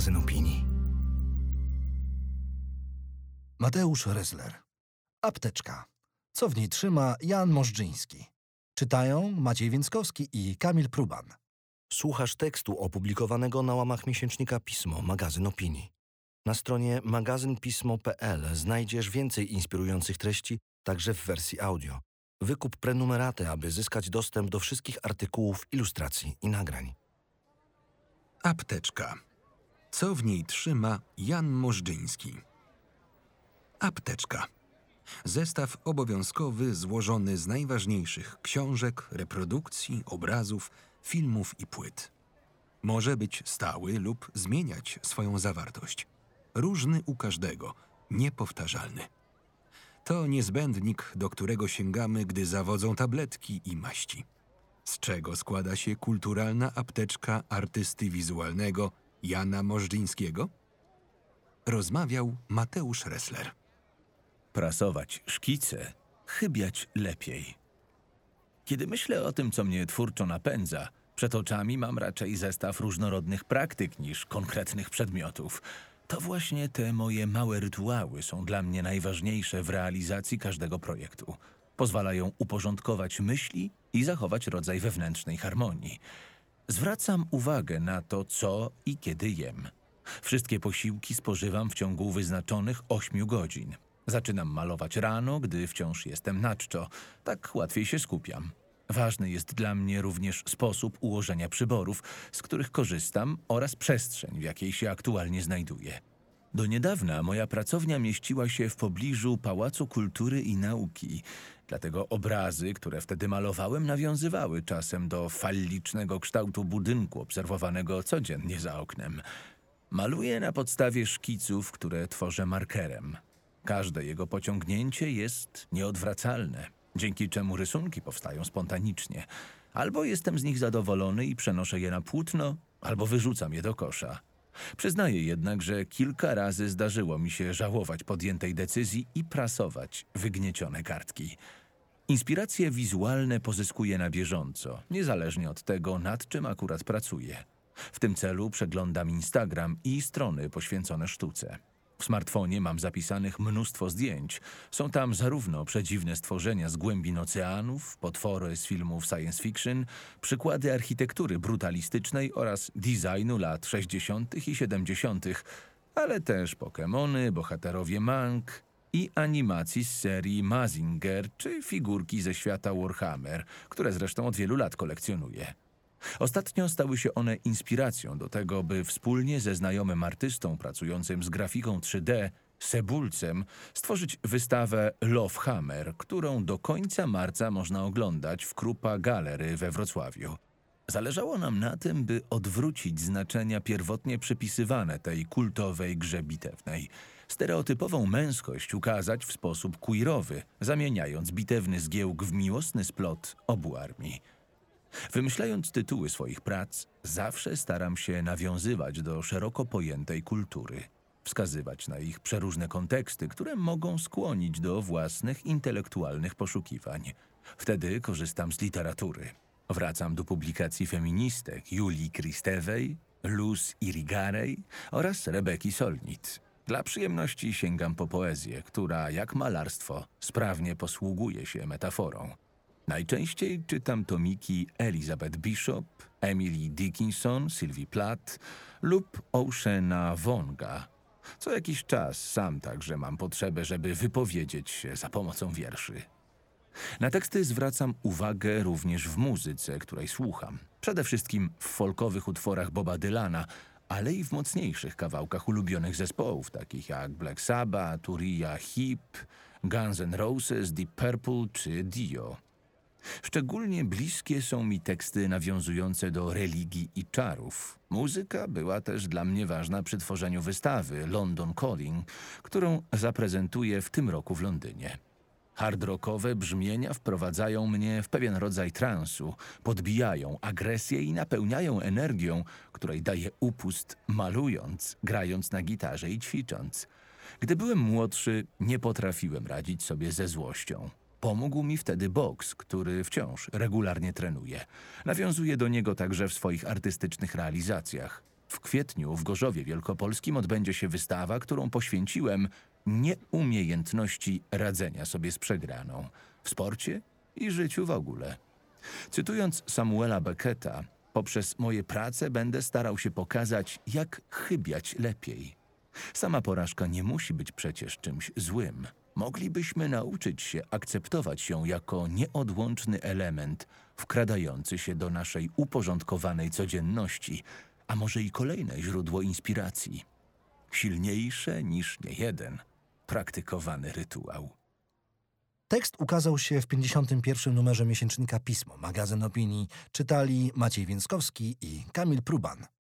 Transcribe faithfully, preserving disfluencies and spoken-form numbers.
magazyn opinii. Mateusz Ressler. Apteczka. Co w niej trzyma Jan Możdżyński. Czytają Maciej Więckowski i Kamil Pruban. Słuchasz tekstu opublikowanego na łamach miesięcznika Pismo, magazyn opinii. Na stronie magazyn pismo kropka p l znajdziesz więcej inspirujących treści, także w wersji audio. Wykup prenumeraty, aby zyskać dostęp do wszystkich artykułów, ilustracji i nagrań. Apteczka. Co w niej trzyma Jan Możdżyński. Apteczka. Zestaw obowiązkowy złożony z najważniejszych książek, reprodukcji, obrazów, filmów i płyt. Może być stały lub zmieniać swoją zawartość. Różny u każdego, niepowtarzalny. To niezbędnik, do którego sięgamy, gdy zawodzą tabletki i maści. Z czego składa się kulturalna apteczka artysty wizualnego Jana Możdżyńskiego? Rozmawiał Mateusz Ressler. Prasować szkice, chybiać lepiej. Kiedy myślę o tym, co mnie twórczo napędza, przed oczami mam raczej zestaw różnorodnych praktyk niż konkretnych przedmiotów. To właśnie te moje małe rytuały są dla mnie najważniejsze w realizacji każdego projektu. Pozwalają uporządkować myśli i zachować rodzaj wewnętrznej harmonii. Zwracam uwagę na to, co i kiedy jem. Wszystkie posiłki spożywam w ciągu wyznaczonych ośmiu godzin. Zaczynam malować rano, gdy wciąż jestem na czczo. Tak łatwiej się skupiam. Ważny jest dla mnie również sposób ułożenia przyborów, z których korzystam, oraz przestrzeń, w jakiej się aktualnie znajduję. Do niedawna moja pracownia mieściła się w pobliżu Pałacu Kultury i Nauki, dlatego obrazy, które wtedy malowałem, nawiązywały czasem do fallicznego kształtu budynku obserwowanego codziennie za oknem. Maluję na podstawie szkiców, które tworzę markerem. Każde jego pociągnięcie jest nieodwracalne, dzięki czemu rysunki powstają spontanicznie. Albo jestem z nich zadowolony i przenoszę je na płótno, albo wyrzucam je do kosza. Przyznaję jednak, że kilka razy zdarzyło mi się żałować podjętej decyzji i prasować wygniecione kartki. Inspiracje wizualne pozyskuję na bieżąco, niezależnie od tego, nad czym akurat pracuję. W tym celu przeglądam Instagram i strony poświęcone sztuce. W smartfonie mam zapisanych mnóstwo zdjęć. Są tam zarówno przedziwne stworzenia z głębin oceanów, potwory z filmów science fiction, przykłady architektury brutalistycznej oraz designu lat sześćdziesiątych i siedemdziesiątych, ale też Pokemony, bohaterowie mang i animacji z serii Mazinger czy figurki ze świata Warhammer, które zresztą od wielu lat kolekcjonuję. Ostatnio stały się one inspiracją do tego, by wspólnie ze znajomym artystą pracującym z grafiką trzy D, Sebulcem, stworzyć wystawę Love Hammer, którą do końca marca można oglądać w Krupa Galery we Wrocławiu. Zależało nam na tym, by odwrócić znaczenia pierwotnie przypisywane tej kultowej grze bitewnej. Stereotypową męskość ukazać w sposób queerowy, zamieniając bitewny zgiełk w miłosny splot obu armii. Wymyślając tytuły swoich prac, zawsze staram się nawiązywać do szeroko pojętej kultury, wskazywać na ich przeróżne konteksty, które mogą skłonić do własnych intelektualnych poszukiwań. Wtedy korzystam z literatury. Wracam do publikacji feministek Julii Kristewej, Luz Irigaray oraz Rebeki Solnit. Dla przyjemności sięgam po poezję, która, jak malarstwo, sprawnie posługuje się metaforą. Najczęściej czytam tomiki Elizabeth Bishop, Emily Dickinson, Sylvie Plath lub Oceana Vonga. Co jakiś czas sam także mam potrzebę, żeby wypowiedzieć się za pomocą wierszy. Na teksty zwracam uwagę również w muzyce, której słucham. Przede wszystkim w folkowych utworach Boba Dylana, ale i w mocniejszych kawałkach ulubionych zespołów, takich jak Black Sabbath, Uriah Heep, Guns N' Roses, Deep Purple czy Dio. Szczególnie bliskie są mi teksty nawiązujące do religii i czarów. Muzyka była też dla mnie ważna przy tworzeniu wystawy London Calling, którą zaprezentuję w tym roku w Londynie. Hard-rockowe brzmienia wprowadzają mnie w pewien rodzaj transu, podbijają agresję i napełniają energią, której daję upust malując, grając na gitarze i ćwicząc. Gdy byłem młodszy, nie potrafiłem radzić sobie ze złością. Pomógł mi wtedy boks, który wciąż regularnie trenuję. Nawiązuję do niego także w swoich artystycznych realizacjach. W kwietniu w Gorzowie Wielkopolskim odbędzie się wystawa, którą poświęciłem nieumiejętności radzenia sobie z przegraną w sporcie i życiu w ogóle. Cytując Samuela Becketa, poprzez moje prace będę starał się pokazać, jak chybiać lepiej. Sama porażka nie musi być przecież czymś złym. Moglibyśmy nauczyć się akceptować ją jako nieodłączny element wkradający się do naszej uporządkowanej codzienności, a może i kolejne źródło inspiracji. Silniejsze niż niejeden praktykowany rytuał. Tekst ukazał się w pięćdziesiątym pierwszym numerze miesięcznika Pismo, magazyn opinii. Czytali Maciej Więckowski i Kamil Pruban.